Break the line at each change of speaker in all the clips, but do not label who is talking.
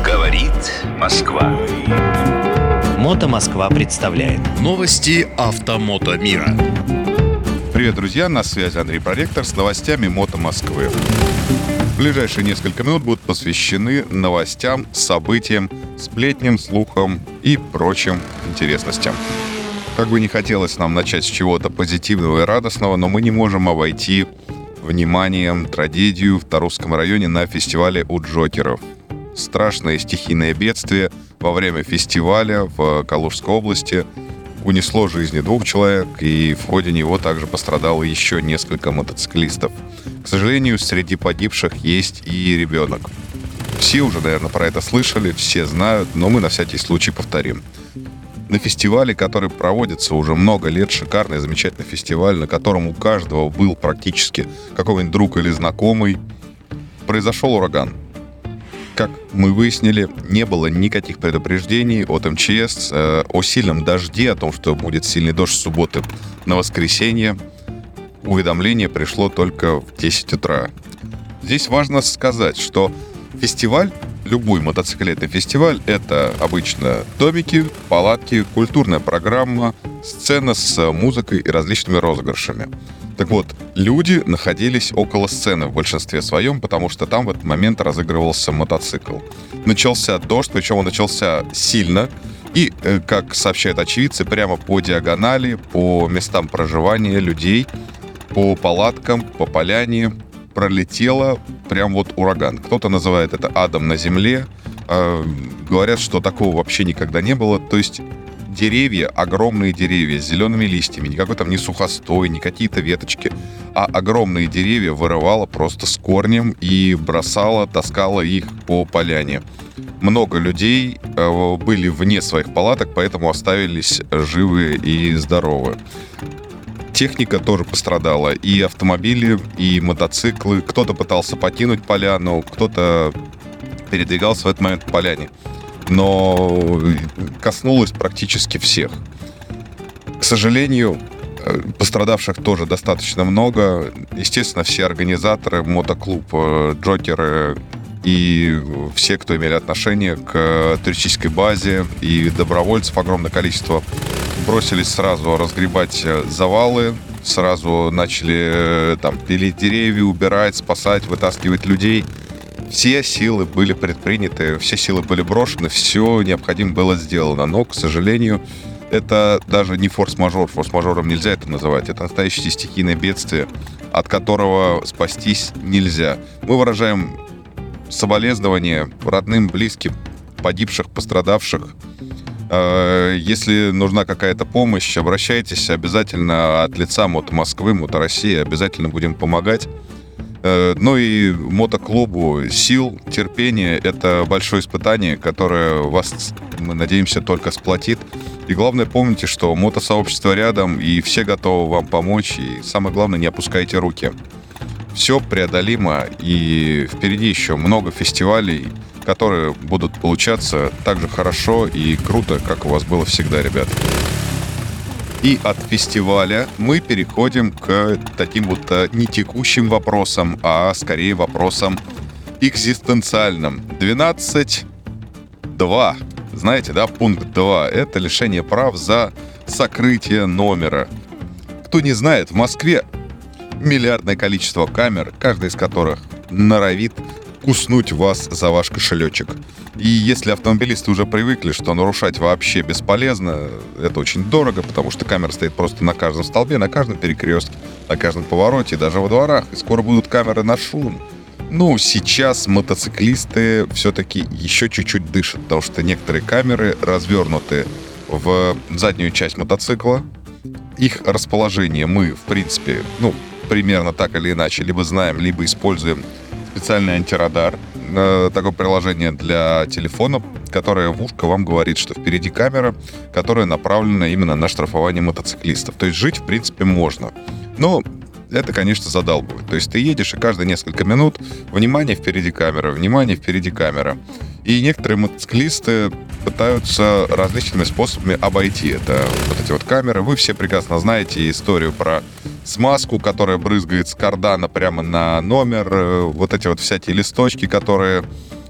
Говорит Москва.
Мото Москва представляет
новости автомото мира.
Привет, друзья! На связи Андрей Проректор с новостями Мото Москвы. В ближайшие несколько минут будут посвящены новостям, событиям, сплетням, слухам и прочим интересностям. Как бы не хотелось нам начать с чего-то позитивного и радостного, но мы не можем обойти вниманием трагедию в Торусском районе на фестивале у Джокеров. Страшное стихийное бедствие во время фестиваля в Калужской области унесло жизни 2 человек, и в ходе него также пострадало еще несколько мотоциклистов. К сожалению, среди погибших есть и ребенок. Все уже, наверное, про это слышали, все знают, но мы на всякий случай повторим. На фестивале, который проводится уже много лет, шикарный, замечательный фестиваль, на котором у каждого был практически какой-нибудь друг или знакомый, произошел ураган. Как мы выяснили, не было никаких предупреждений от МЧС о сильном дожде, о том, что будет сильный дождь с субботы на воскресенье. Уведомление пришло только в 10 утра. Здесь важно сказать, что фестиваль, любой мотоциклетный фестиваль, это обычно домики, палатки, культурная программа, сцена с музыкой и различными розыгрышами. Так вот, люди находились около сцены в большинстве своем, потому что там в этот момент разыгрывался мотоцикл. Начался дождь, причем он начался сильно, и, как сообщают очевидцы, прямо по диагонали, по местам проживания людей, по палаткам, по поляне пролетело прям вот ураган. Кто-то называет это адом на земле. Говорят, что такого вообще никогда не было. То есть деревья, огромные деревья с зелеными листьями, никакой там не сухостой, не какие-то веточки, а огромные деревья вырывало просто с корнем и бросало, таскало их по поляне. Много людей были вне своих палаток, поэтому оставились живые и здоровые. Техника тоже пострадала, и автомобили, и мотоциклы. Кто-то пытался покинуть поляну, кто-то передвигался в этот момент по поляне. Но коснулось практически всех. К сожалению, пострадавших тоже достаточно много. Естественно, все организаторы, мотоклуб, Джокеры и все, кто имели отношение к туристической базе, и добровольцев огромное количество, бросились сразу разгребать завалы, сразу начали там пилить деревья, убирать, спасать, вытаскивать людей. Все силы были предприняты, все силы были брошены, все необходимо было сделано. Но, к сожалению, это даже не форс-мажор. Форс-мажором нельзя это называть. Это настоящее стихийное бедствие, от которого спастись нельзя. Мы выражаем соболезнования родным, близким, погибших, пострадавших. Если нужна какая-то помощь, обращайтесь обязательно от лица Мото Москвы, Мото России. Обязательно будем помогать. Ну и мотоклубу сил, терпения. Это большое испытание, которое вас, мы надеемся, только сплотит. И главное, помните, что мотосообщество рядом, и все готовы вам помочь. И самое главное, не опускайте руки. Все преодолимо, и впереди еще много фестивалей, которые будут получаться так же хорошо и круто, как у вас было всегда, ребят. И от фестиваля мы переходим к таким вот не текущим вопросам, а скорее вопросам экзистенциальным. 12.2. Знаете, да, пункт 2. Это лишение прав за сокрытие номера. Кто не знает, в Москве миллиардное количество камер, каждая из которых норовит куснуть вас за ваш кошелечек. И если автомобилисты уже привыкли, что нарушать вообще бесполезно, это очень дорого, потому что камера стоит просто на каждом столбе, на каждом перекрестке, на каждом повороте, даже во дворах. И скоро будут камеры на шум. Ну, сейчас мотоциклисты все-таки еще чуть-чуть дышат, потому что некоторые камеры развернуты в заднюю часть мотоцикла. Их расположение мы, в принципе, примерно так или иначе, либо знаем, либо используем специальный антирадар. Такое приложение для телефона, которое в ушко вам говорит, что впереди камера, которая направлена именно на штрафование мотоциклистов. То есть жить, в принципе, можно. Но это, конечно, задалбывает. То есть ты едешь, и каждые несколько минут внимание, впереди камера, внимание, впереди камера. И некоторые мотоциклисты пытаются различными способами обойти это, вот эти вот камеры. Вы все прекрасно знаете историю про смазку, которая брызгает с кардана прямо на номер, вот эти вот всякие листочки, которые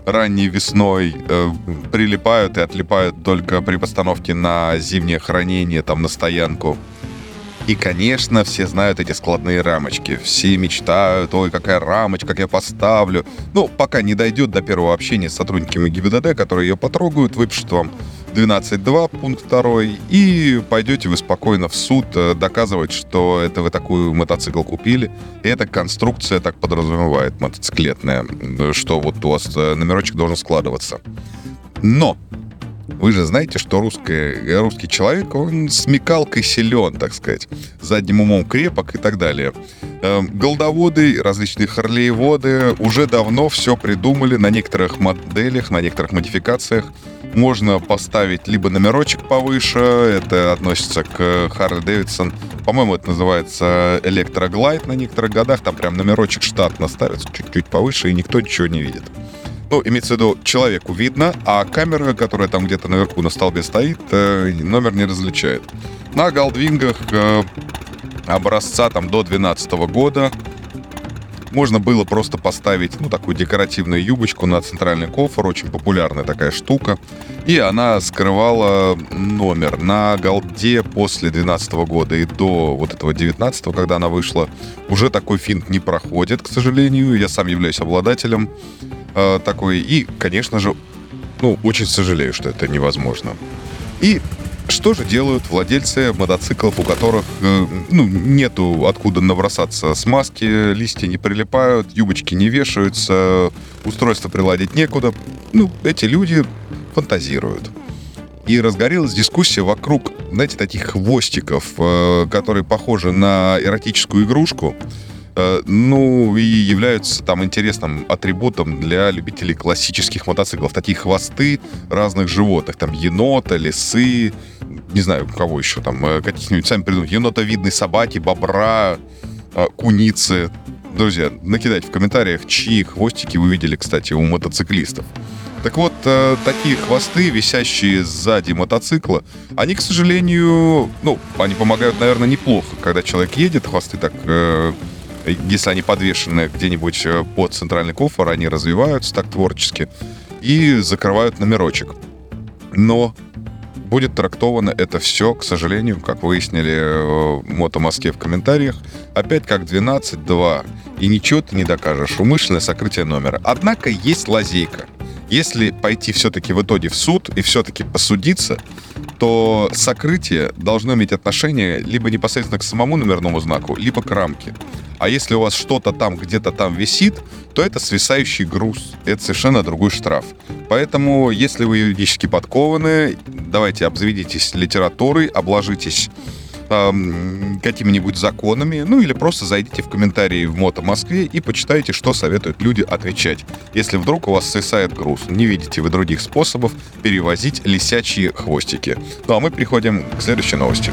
ранней весной, прилипают и отлипают только при постановке на зимнее хранение, там, на стоянку. И, конечно, все знают эти складные рамочки. Все мечтают: ой, какая рамочка, как я поставлю. Ну, пока не дойдет до первого общения с сотрудниками ГИБДД, которые ее потрогают, выпишут вам 12.2, пункт 2, и пойдете вы спокойно в суд доказывать, что это вы такую мотоцикл купили. И эта конструкция так подразумевает, мотоциклетная, что вот у вас номерочек должен складываться. Но вы же знаете, что русский человек, он смекалкой силен, так сказать, задним умом крепок и так далее. Голдоводы, различные харлееводы уже давно все придумали. На некоторых моделях, на некоторых модификациях можно поставить либо номерочек повыше, это относится к Harley Davidson, по-моему, это называется Electroglide на некоторых годах, там прям номерочек штатно ставится чуть-чуть повыше, и никто ничего не видит. Ну, имеется в виду, человеку видно, а камера, которая там где-то наверху на столбе стоит, номер не различает. На голдвингах образца там до 2012 года можно было просто поставить, такую декоративную юбочку на центральный кофр, очень популярная такая штука, и она скрывала номер. На голде после 2012 года и до вот этого 2019, когда она вышла, уже такой финт не проходит, к сожалению. Я сам являюсь обладателем такой, и, конечно же, очень сожалею, что это невозможно. И что же делают владельцы мотоциклов, у которых нету откуда набросаться смазки, листья не прилипают, юбочки не вешаются, устройство приладить некуда? Эти люди фантазируют. И разгорелась дискуссия вокруг, знаете, таких хвостиков, которые похожи на эротическую игрушку, и являются там интересным атрибутом для любителей классических мотоциклов. Такие хвосты разных животных, там енота, лисы, не знаю, кого еще там, каких-нибудь, сами придумайте, енотовидные собаки, бобра, куницы. Друзья, накидайте в комментариях, чьи хвостики вы видели, кстати, у мотоциклистов. Так вот, такие хвосты, висящие сзади мотоцикла, они, к сожалению, они помогают, наверное, неплохо. Когда человек едет, хвосты так... Если они подвешены где-нибудь под центральный кофр, они развиваются так творчески и закрывают номерочек. Но будет трактовано это все, к сожалению, как выяснили в Мотомоске в комментариях, опять как 12.2. И ничего ты не докажешь. Умышленное сокрытие номера. Однако есть лазейка. Если пойти все-таки в итоге в суд и все-таки посудиться, то сокрытие должно иметь отношение либо непосредственно к самому номерному знаку, либо к рамке. А если у вас что-то там, где-то там висит, то это свисающий груз. Это совершенно другой штраф. Поэтому, если вы юридически подкованы, давайте обзаведитесь литературой, обложитесь какими-нибудь законами, или просто зайдите в комментарии в Мото Москве и почитайте, что советуют люди отвечать. Если вдруг у вас свисает груз, не видите вы других способов перевозить лисячьи хвостики. А мы переходим к следующей новости.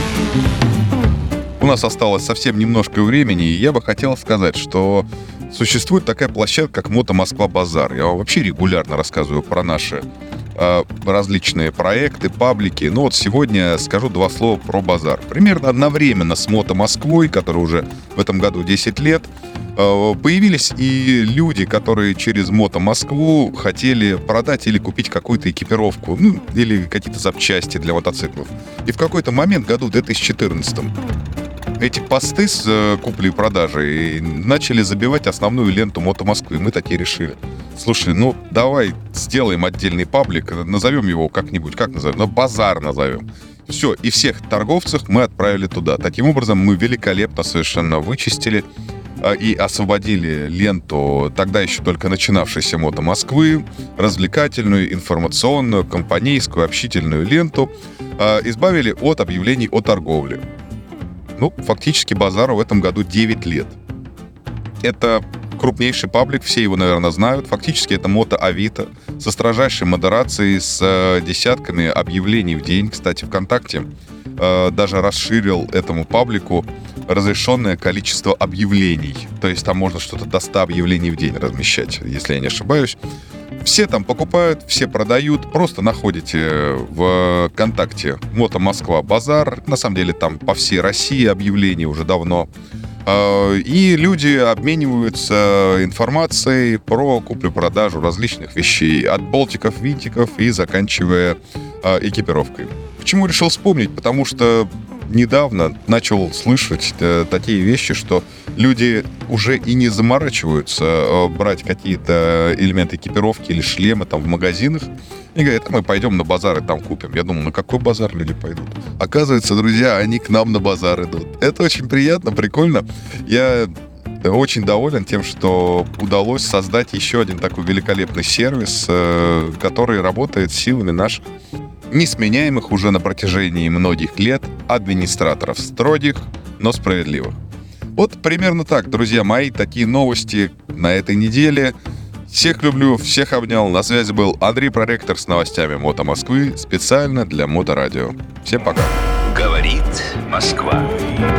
У нас осталось совсем немножко времени, и я бы хотел сказать, что существует такая площадка, как Мото Москва Базар. Я вам вообще регулярно рассказываю про наши различные проекты, паблики. Сегодня скажу два слова про базар. Примерно одновременно с Мото Москвой, который уже в этом году 10 лет, появились и люди, которые через Мото Москву хотели продать или купить какую-то экипировку, или какие-то запчасти для мотоциклов. И в какой-то момент, году 2014, эти посты с куплей и продажей начали забивать основную ленту Мото Москвы. Мы такие решили: слушай, давай сделаем отдельный паблик, назовем его как-нибудь, как назовем? Базар назовем. Все, и всех торговцев мы отправили туда. Таким образом, мы великолепно совершенно вычистили и освободили ленту тогда еще только начинавшейся Мото Москвы, развлекательную, информационную, компанейскую, общительную ленту, избавили от объявлений о торговле. Фактически базару в этом году 9 лет. Это крупнейший паблик, все его, наверное, знают. Фактически это Мото-Авито со строжайшей модерацией, с десятками объявлений в день. Кстати, ВКонтакте даже расширил этому паблику разрешенное количество объявлений. То есть там можно что-то до 100 объявлений в день размещать, если я не ошибаюсь. Все там покупают, все продают. Просто находите в ВКонтакте Мото Москва Базар. На самом деле там по всей России объявления уже давно. И люди обмениваются информацией про куплю-продажу различных вещей, от болтиков, винтиков и заканчивая экипировкой. Почему решил вспомнить? Потому что недавно начал слышать такие вещи, что люди уже и не заморачиваются брать какие-то элементы экипировки или шлемы там в магазинах. И говорят, мы пойдем на базар и там купим. Я думал, на какой базар люди пойдут? Оказывается, друзья, они к нам на базар идут. Это очень приятно, прикольно. Я очень доволен тем, что удалось создать еще один такой великолепный сервис, который работает силами наших несменяемых уже на протяжении многих лет администраторов, строгих, но справедливых. Вот примерно так, друзья мои, такие новости на этой неделе. Всех люблю, всех обнял. На связи был Андрей Проректор с новостями Мото Москвы специально для Моторадио. Всем пока.
Говорит Москва.